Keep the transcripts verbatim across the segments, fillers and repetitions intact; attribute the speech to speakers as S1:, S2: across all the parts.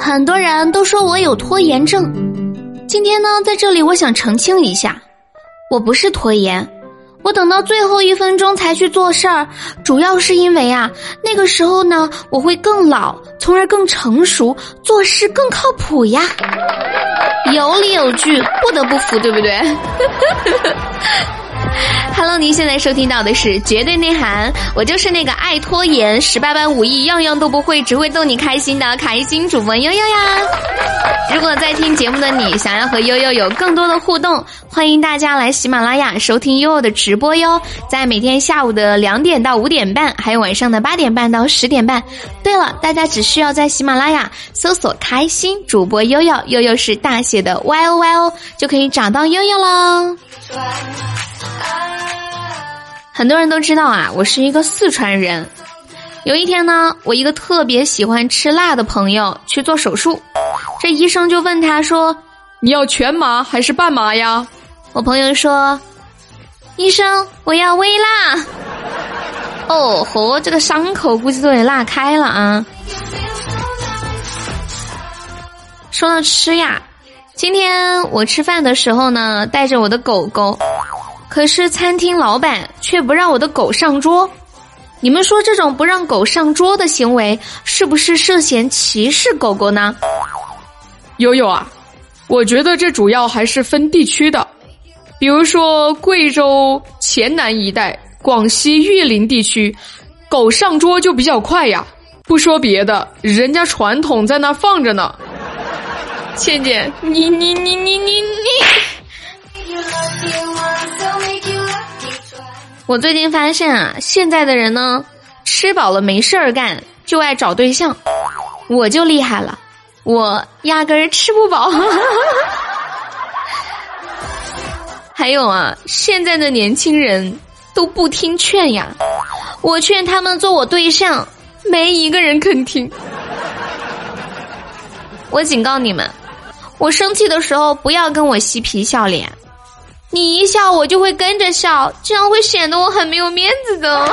S1: 很多人都说我有拖延症，今天呢，在这里我想澄清一下，我不是拖延，我等到最后一分钟才去做事儿，主要是因为啊，那个时候呢，我会更老，从而更成熟，做事更靠谱呀。有理有据，不得不服，对不对？Hello， 您现在收听到的是绝对内涵，我就是那个爱拖延、十八般武艺样样都不会，只会逗你开心的开心主播悠悠呀。如果在听节目的你想要和悠悠有更多的互动，欢迎大家来喜马拉雅收听悠悠的直播哟，在每天下午的两点到五点半，还有晚上的八点半到十点半。对了，大家只需要在喜马拉雅搜索开心主播悠悠，悠悠是大写的 Y O Y O， 就可以找到悠悠喽。很多人都知道啊，我是一个四川人。有一天呢，我一个特别喜欢吃辣的朋友去做手术，这医生就问他说：“
S2: 你要全麻还是半麻呀？”
S1: 我朋友说：“医生，我要微辣。”哦吼，这个伤口估计都得辣开了啊。说到吃呀，今天我吃饭的时候呢，带着我的狗狗。可是餐厅老板却不让我的狗上桌，你们说这种不让狗上桌的行为是不是涉嫌歧视狗狗呢？
S2: 悠悠啊，我觉得这主要还是分地区的，比如说贵州黔南一带、广西玉林地区，狗上桌就比较快呀。不说别的，人家传统在那放着呢。倩倩，你你你你你你。
S1: 我最近发现啊，现在的人呢，吃饱了没事儿干，就爱找对象。我就厉害了，我压根儿吃不饱。还有啊，现在的年轻人都不听劝呀，我劝他们做我对象，没一个人肯听。我警告你们，我生气的时候不要跟我嬉皮笑脸。你一笑我就会跟着笑，这样会显得我很没有面子的。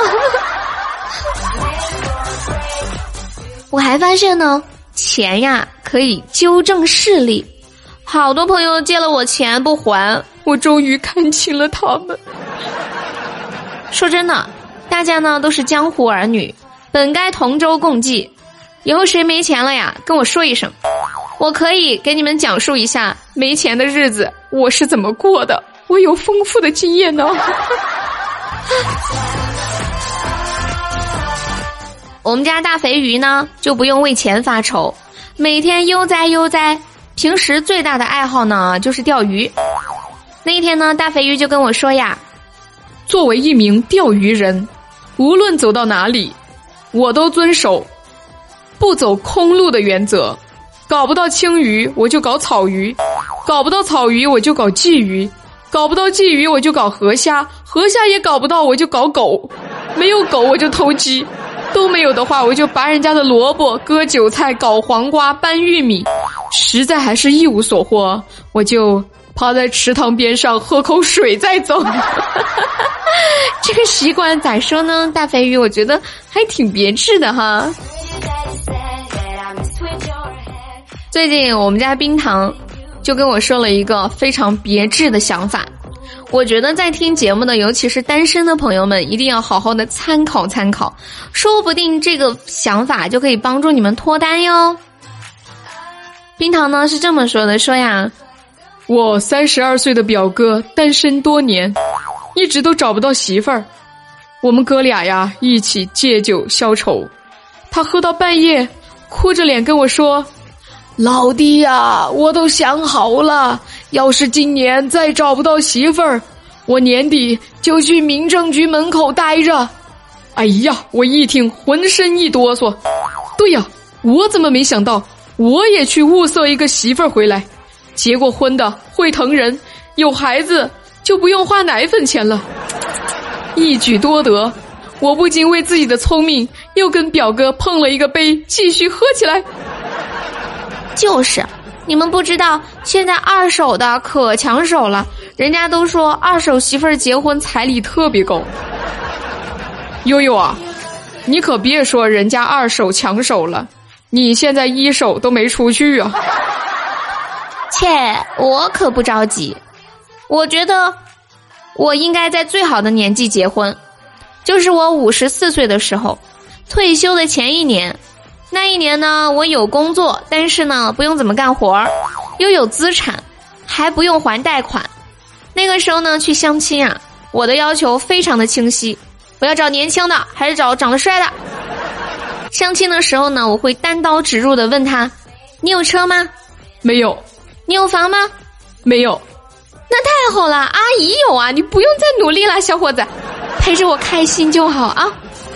S1: 我还发现呢，钱呀可以纠正视力，好多朋友借了我钱不还，我终于看清了他们。说真的，大家呢都是江湖儿女，本该同舟共济，以后谁没钱了呀跟我说一声，我可以给你们讲述一下没钱的日子我是怎么过的，我有丰富的经验呢。我们家大肥鱼呢就不用为钱发愁，每天悠哉悠哉，平时最大的爱好呢就是钓鱼。那一天呢，大肥鱼就跟我说呀，
S2: 作为一名钓鱼人，无论走到哪里，我都遵守不走空路的原则，搞不到青鱼我就搞草鱼，搞不到草鱼我就搞鲫鱼，搞不到鲫鱼我就搞河虾，河虾也搞不到我就搞狗，没有狗我就偷鸡，都没有的话我就拔人家的萝卜，割韭菜，搞黄瓜，搬玉米，实在还是一无所获，我就趴在池塘边上喝口水再走。
S1: 这个习惯咋说呢，大肥鱼我觉得还挺别致的哈。最近我们家冰糖就跟我说了一个非常别致的想法，我觉得在听节目的尤其是单身的朋友们一定要好好的参考参考，说不定这个想法就可以帮助你们脱单哟。冰糖呢是这么说的，说呀，
S2: 我三十二岁的表哥单身多年，一直都找不到媳妇儿，我们哥俩呀一起借酒消愁，他喝到半夜哭着脸跟我说，老弟呀，我都想好了，要是今年再找不到媳妇儿，我年底就去民政局门口待着。哎呀，我一听浑身一哆嗦，对呀，我怎么没想到我也去物色一个媳妇儿回来，结过婚的会疼人，有孩子就不用花奶粉钱了，一举多得，我不禁为自己的聪明又跟表哥碰了一个杯，继续喝起来。
S1: 就是，你们不知道，现在二手的可抢手了，人家都说二手媳妇儿结婚彩礼特别高。
S2: 悠悠啊，你可别说人家二手抢手了， 你现在一手都没出去啊。
S1: 切，我可不着急，我觉得我应该在最好的年纪结婚，就是我五十四岁的时候，退休的前一年。那一年呢，我有工作，但是呢不用怎么干活，又有资产，还不用还贷款。那个时候呢去相亲啊，我的要求非常的清晰，我要找年轻的还是找长得帅的。相亲的时候呢，我会单刀直入的问他，你有车吗？
S2: 没有。
S1: 你有房吗？
S2: 没有。
S1: 那太好了，阿姨有啊，你不用再努力了，小伙子，陪着我开心就好啊。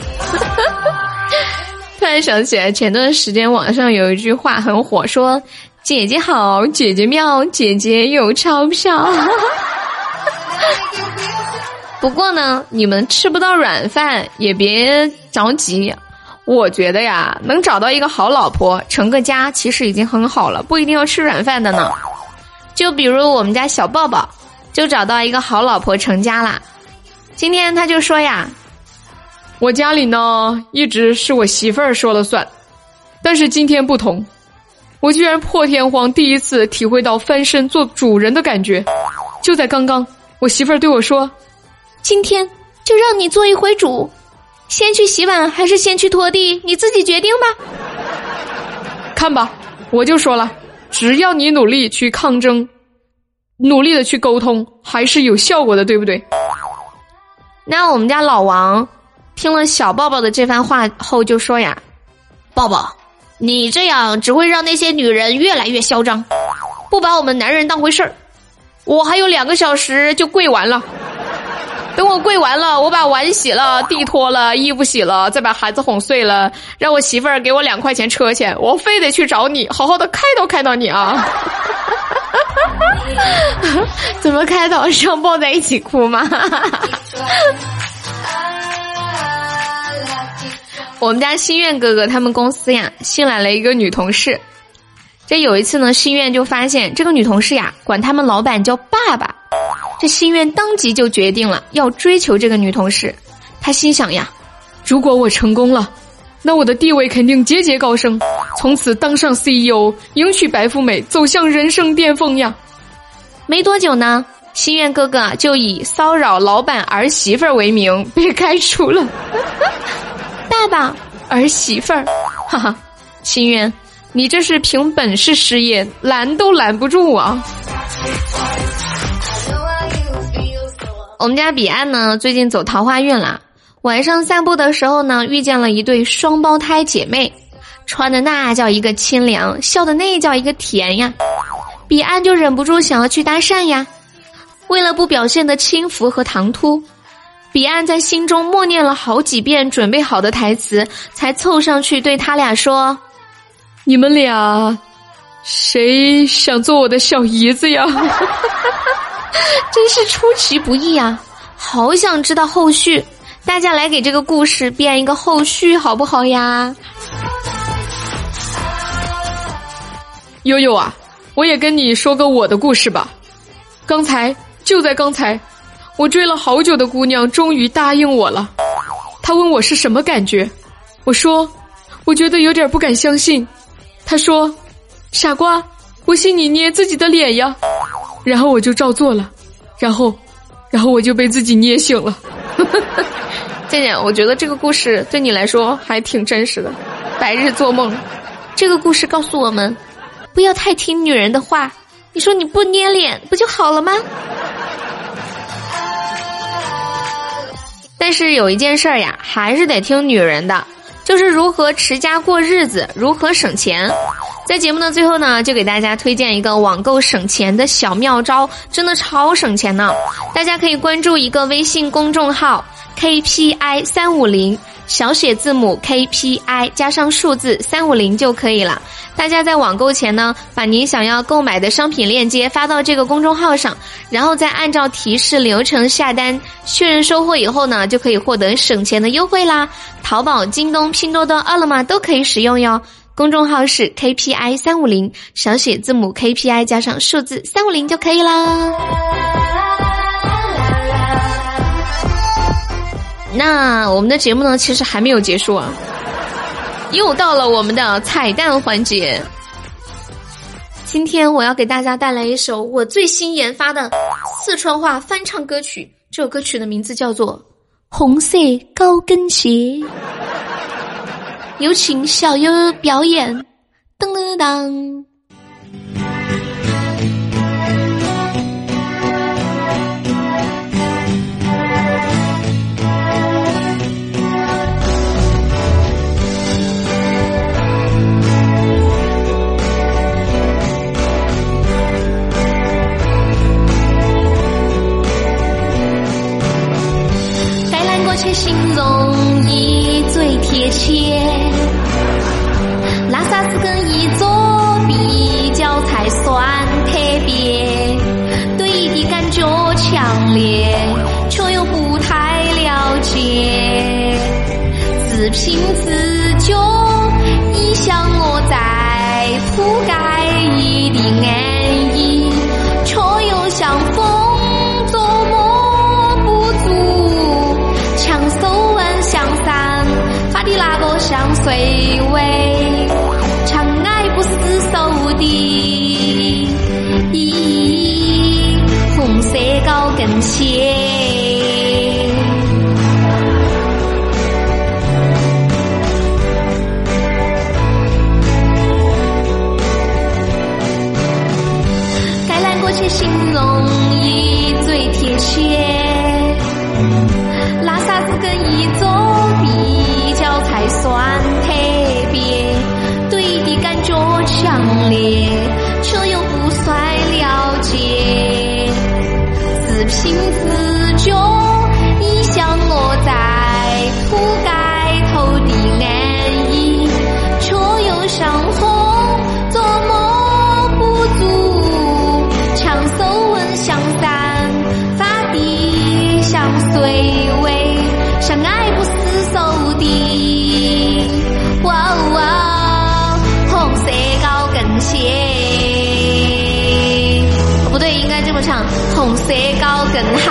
S1: 突然想起来，前段时间网上有一句话很火，说姐姐好，姐姐妙，姐姐有钞票。不过呢，你们吃不到软饭也别着急，我觉得呀，能找到一个好老婆成个家其实已经很好了，不一定要吃软饭的呢。就比如我们家小抱抱就找到一个好老婆成家啦。今天他就说呀，
S2: 我家里呢一直是我媳妇儿说了算，但是今天不同，我居然破天荒第一次体会到翻身做主人的感觉。就在刚刚，我媳妇儿对我说，
S1: 今天就让你做一回主，先去洗碗还是先去拖地，你自己决定吧。
S2: 看吧，我就说了，只要你努力去抗争，努力的去沟通，还是有效果的，对不对？
S1: 那我们家老王听了小抱抱的这番话后就说呀，抱抱，你这样只会让那些女人越来越嚣张，不把我们男人当回事儿。我还有两个小时就跪完了，等我跪完了，我把碗洗了，地拖了，衣服洗了，再把孩子哄睡了，让我媳妇儿给我两块钱车钱，我非得去找你，好好的开导开导你啊。怎么开导？是要抱在一起哭吗？我们家心愿哥哥他们公司呀新来了一个女同事。这有一次呢，心愿就发现这个女同事呀管他们老板叫爸爸，这心愿当即就决定了要追求这个女同事。他心想呀，
S2: 如果我成功了，那我的地位肯定节节高升，从此当上 C E O， 迎娶白富美，走向人生巅峰呀。
S1: 没多久呢，心愿哥哥就以骚扰老板儿媳妇儿为名被开除了。爸爸儿媳妇儿，哈哈，心愿你这是凭本事失业，拦都拦不住啊。我们家彼岸呢最近走桃花运啦，晚上散步的时候呢遇见了一对双胞胎姐妹，穿的那叫一个清凉，笑的那叫一个甜呀。彼岸就忍不住想要去搭讪呀，为了不表现得轻浮和唐突，彼岸在心中默念了好几遍准备好的台词，才凑上去对他俩说，
S2: 你们俩谁想做我的小姨子呀？
S1: 真是出其不意啊，好想知道后续，大家来给这个故事编一个后续好不好呀？
S2: 悠悠啊，我也跟你说个我的故事吧。刚才就在刚才，我追了好久的姑娘终于答应我了。她问我是什么感觉，我说我觉得有点不敢相信。她说，傻瓜，我信你捏自己的脸呀。然后我就照做了，然后然后我就被自己捏醒了。
S1: 健健，我觉得这个故事对你来说还挺真实的，白日做梦。这个故事告诉我们，不要太听女人的话，你说你不捏脸不就好了吗？但是有一件事儿呀，还是得听女人的，就是如何持家过日子，如何省钱。在节目的最后呢，就给大家推荐一个网购省钱的小妙招，真的超省钱呢。大家可以关注一个微信公众号 K P I 三五零，小写字母 K P I 加上数字三五零就可以了。大家在网购前呢，把您想要购买的商品链接发到这个公众号上，然后再按照提示流程下单，确认收货以后呢，就可以获得省钱的优惠啦。淘宝、京东、拼多多、饿了么都可以使用哟。公众号是 K P I 三五零，小写字母 K P I 加上数字三五零就可以啦。那我们的节目呢，其实还没有结束啊。 又到了我们的彩蛋环节。今天我要给大家带来一首我最新研发的四川话翻唱歌曲，这首歌曲的名字叫做《红色高跟鞋》。有请小优表演，噔噔噔。且形容意最贴切，拿啥子跟一做比较才算特别？对你的感觉强烈，却又不太了解。自凭自觉，已像我在覆盖一定安逸，却又像风捉摸不住。强手腕向上，发的那个香水味，长爱不释手的红色高跟鞋。该难过且形容意最贴切。拿啥子跟一做比较才算特别？对的感觉强烈，却又不算了解。自凭自觉，已像我在覆盖头的安逸，却又像风捉摸不住。强手吻向山，发的香水味，相爱不释手的，哇哇，红色高跟鞋。哦，不对，应该这么唱，红色高跟鞋。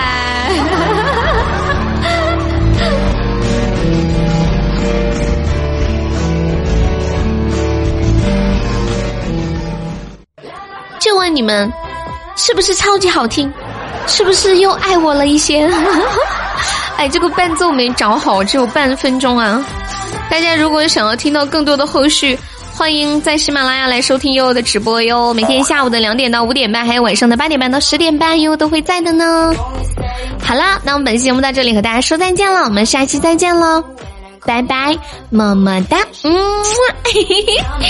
S1: 就问你们，是不是超级好听？是不是又爱我了一些？哎，这个伴奏没找好，只有半分钟啊！大家如果想要听到更多的后续，欢迎在喜马拉雅来收听悠悠的直播哟。每天下午的两点到五点半，还有晚上的八点半到十点半，悠悠都会在的呢。好啦，那我们本期节目到这里和大家说再见了，我们下期再见喽，拜拜，么么哒，嗯。